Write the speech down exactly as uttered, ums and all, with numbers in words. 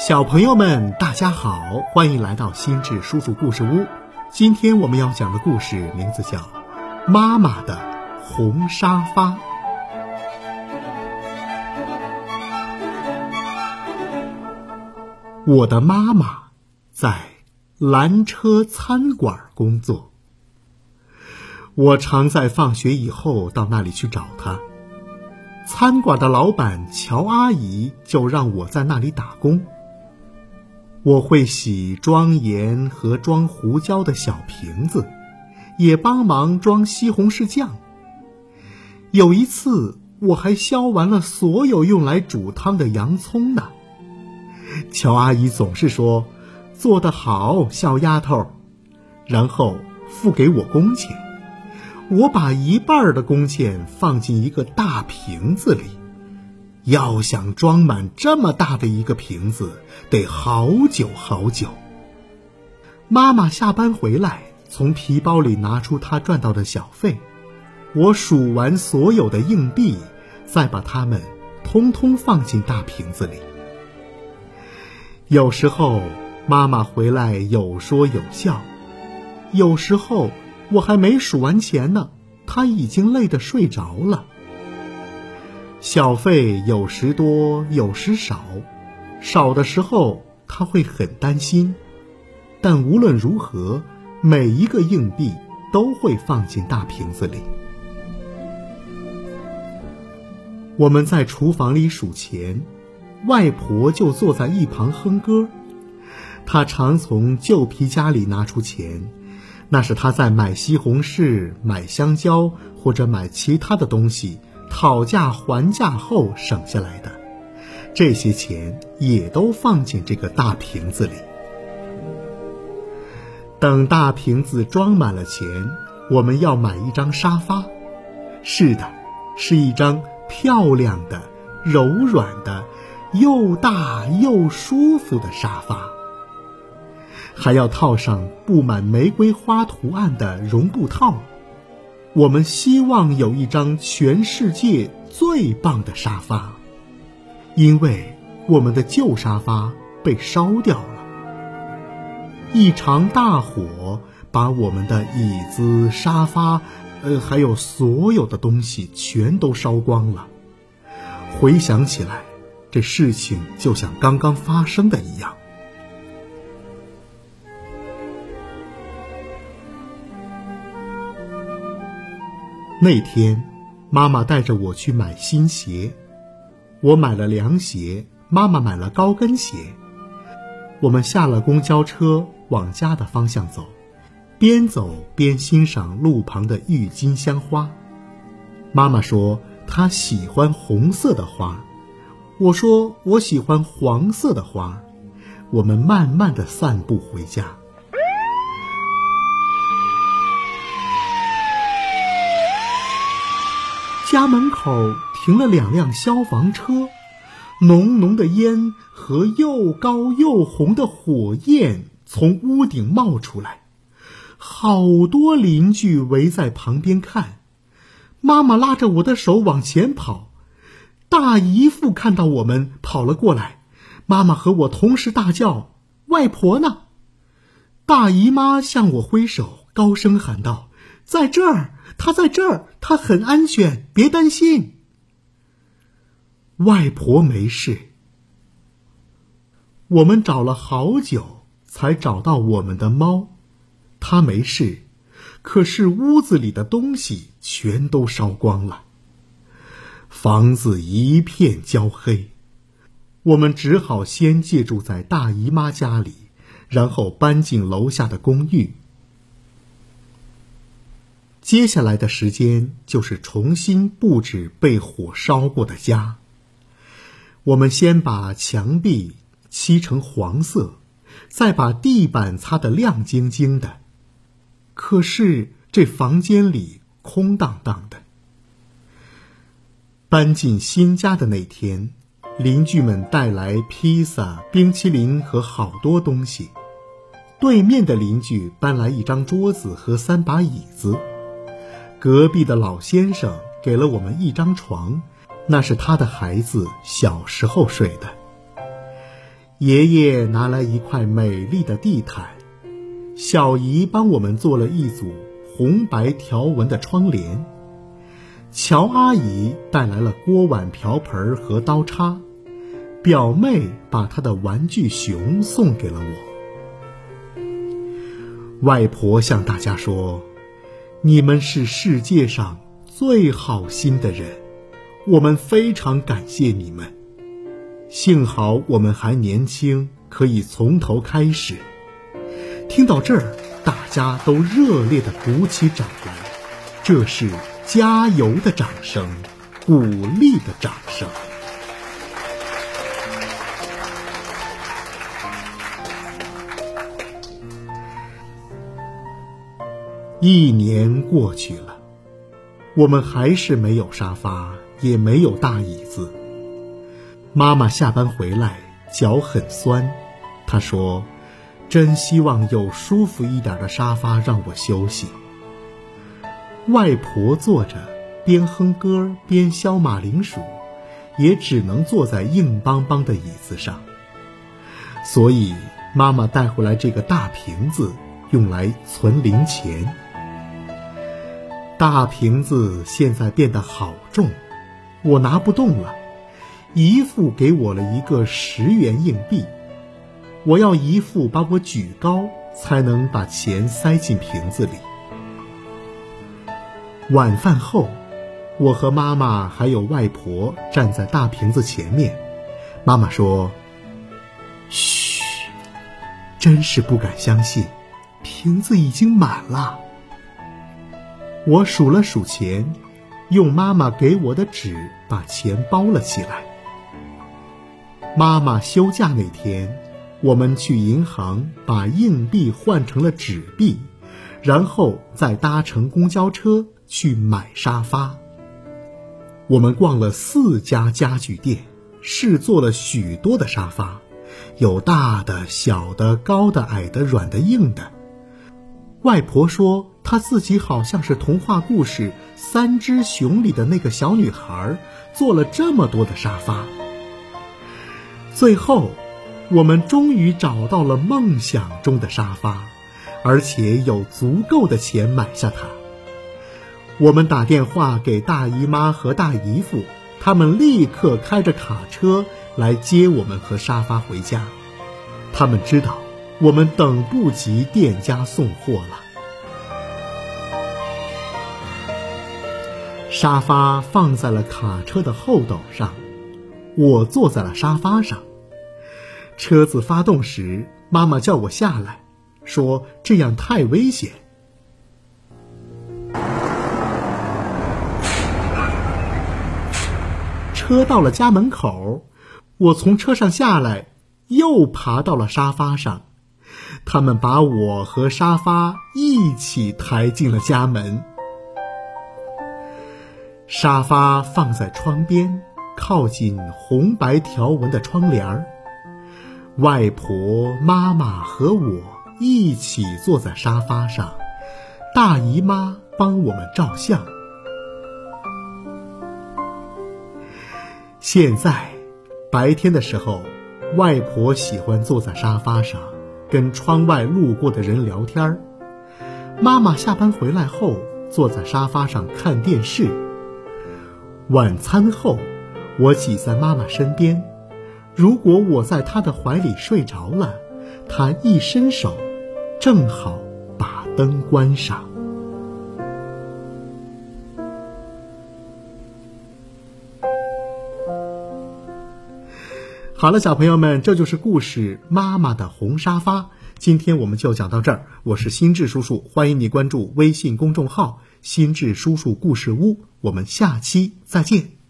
小朋友们大家好，欢迎来到心智叔叔故事屋。今天我们要讲的故事名字叫妈妈的红沙发。我的妈妈在蓝车餐馆工作，我常在放学以后到那里去找她。餐馆的老板乔阿姨就让我在那里打工。我会洗装盐和装胡椒的小瓶子，也帮忙装西红柿酱。有一次我还削完了所有用来煮汤的洋葱呢。乔阿姨总是说做得好，小丫头，然后付给我工钱。我把一半的工钱放进一个大瓶子里，要想装满这么大的一个瓶子，得好久好久。妈妈下班回来，从皮包里拿出她赚到的小费，我数完所有的硬币，再把它们通通放进大瓶子里。有时候妈妈回来有说有笑，有时候我还没数完钱呢，她已经累得睡着了。小费有时多有时少，少的时候她会很担心，但无论如何，每一个硬币都会放进大瓶子里。我们在厨房里数钱，外婆就坐在一旁哼歌。她常从旧皮夹里拿出钱，那是她在买西红柿、买香蕉或者买其他的东西讨价还价后省下来的，这些钱也都放进这个大瓶子里。等大瓶子装满了钱，我们要买一张沙发。是的，是一张漂亮的、柔软的、又大又舒服的沙发，还要套上布满玫瑰花图案的绒布套。我们希望有一张全世界最棒的沙发，因为我们的旧沙发被烧掉了。一场大火把我们的椅子、沙发，呃，还有所有的东西全都烧光了。回想起来，这事情就像刚刚发生的一样。那天妈妈带着我去买新鞋，我买了凉鞋，妈妈买了高跟鞋。我们下了公交车，往家的方向走，边走边欣赏路旁的郁金香花。妈妈说她喜欢红色的花，我说我喜欢黄色的花。我们慢慢地散步回家。家门口停了两辆消防车，浓浓的烟和又高又红的火焰从屋顶冒出来，好多邻居围在旁边看。妈妈拉着我的手往前跑，大姨父看到我们跑了过来，妈妈和我同时大叫：外婆呢？大姨妈向我挥手，高声喊道：在这儿，她在这儿，她很安全，别担心。外婆没事。我们找了好久才找到我们的猫，它没事，可是屋子里的东西全都烧光了，房子一片焦黑。我们只好先借住在大姨妈家里，然后搬进楼下的公寓。接下来的时间就是重新布置被火烧过的家。我们先把墙壁漆成黄色，再把地板擦得亮晶晶的。可是这房间里空荡荡的。搬进新家的那天，邻居们带来披萨、冰淇淋和好多东西。对面的邻居搬来一张桌子和三把椅子。隔壁的老先生给了我们一张床，那是他的孩子小时候睡的。 爷爷拿来一块美丽的地毯，小姨帮我们做了一组红白条纹的窗帘，乔阿姨带来了锅碗瓢盆和刀叉，表妹把她的玩具熊送给了我。外婆向大家说，你们是世界上最好心的人，我们非常感谢你们。幸好我们还年轻，可以从头开始。听到这儿，大家都热烈地鼓起掌来，这是加油的掌声，鼓励的掌声。一年过去了，我们还是没有沙发，也没有大椅子。妈妈下班回来，脚很酸，她说，真希望有舒服一点的沙发让我休息。外婆坐着，边哼歌边削马铃薯，也只能坐在硬邦邦的椅子上。所以妈妈带回来这个大瓶子，用来存零钱。大瓶子现在变得好重，我拿不动了。姨父给我了一个十元硬币，我要姨父把我举高，才能把钱塞进瓶子里。晚饭后，我和妈妈还有外婆站在大瓶子前面。妈妈说，嘘，真是不敢相信，瓶子已经满了。我数了数钱，用妈妈给我的纸把钱包了起来。妈妈休假那天，我们去银行把硬币换成了纸币，然后再搭乘公交车去买沙发。我们逛了四家家具店，试坐了许多的沙发，有大的、小的、高的、矮的、软的、硬的。外婆说，她自己好像是童话故事《三只熊》里的那个小女孩，坐了这么多的沙发。最后，我们终于找到了梦想中的沙发，而且有足够的钱买下它。我们打电话给大姨妈和大姨夫，他们立刻开着卡车来接我们和沙发回家。他们知道我们等不及店家送货了。沙发放在了卡车的后斗上，我坐在了沙发上。车子发动时，妈妈叫我下来，说这样太危险。车到了家门口，我从车上下来，又爬到了沙发上。他们把我和沙发一起抬进了家门。沙发放在窗边，靠近红白条纹的窗帘儿。外婆、妈妈和我一起坐在沙发上，大姨妈帮我们照相。现在白天的时候，外婆喜欢坐在沙发上跟窗外路过的人聊天，妈妈下班回来后坐在沙发上看电视。晚餐后，我挤在妈妈身边，如果我在她的怀里睡着了，她一伸手正好把灯关上。好了，小朋友们，这就是故事《妈妈的红沙发》。今天我们就讲到这儿，我是心智叔叔，欢迎你关注微信公众号心智叔叔故事屋，我们下期再见。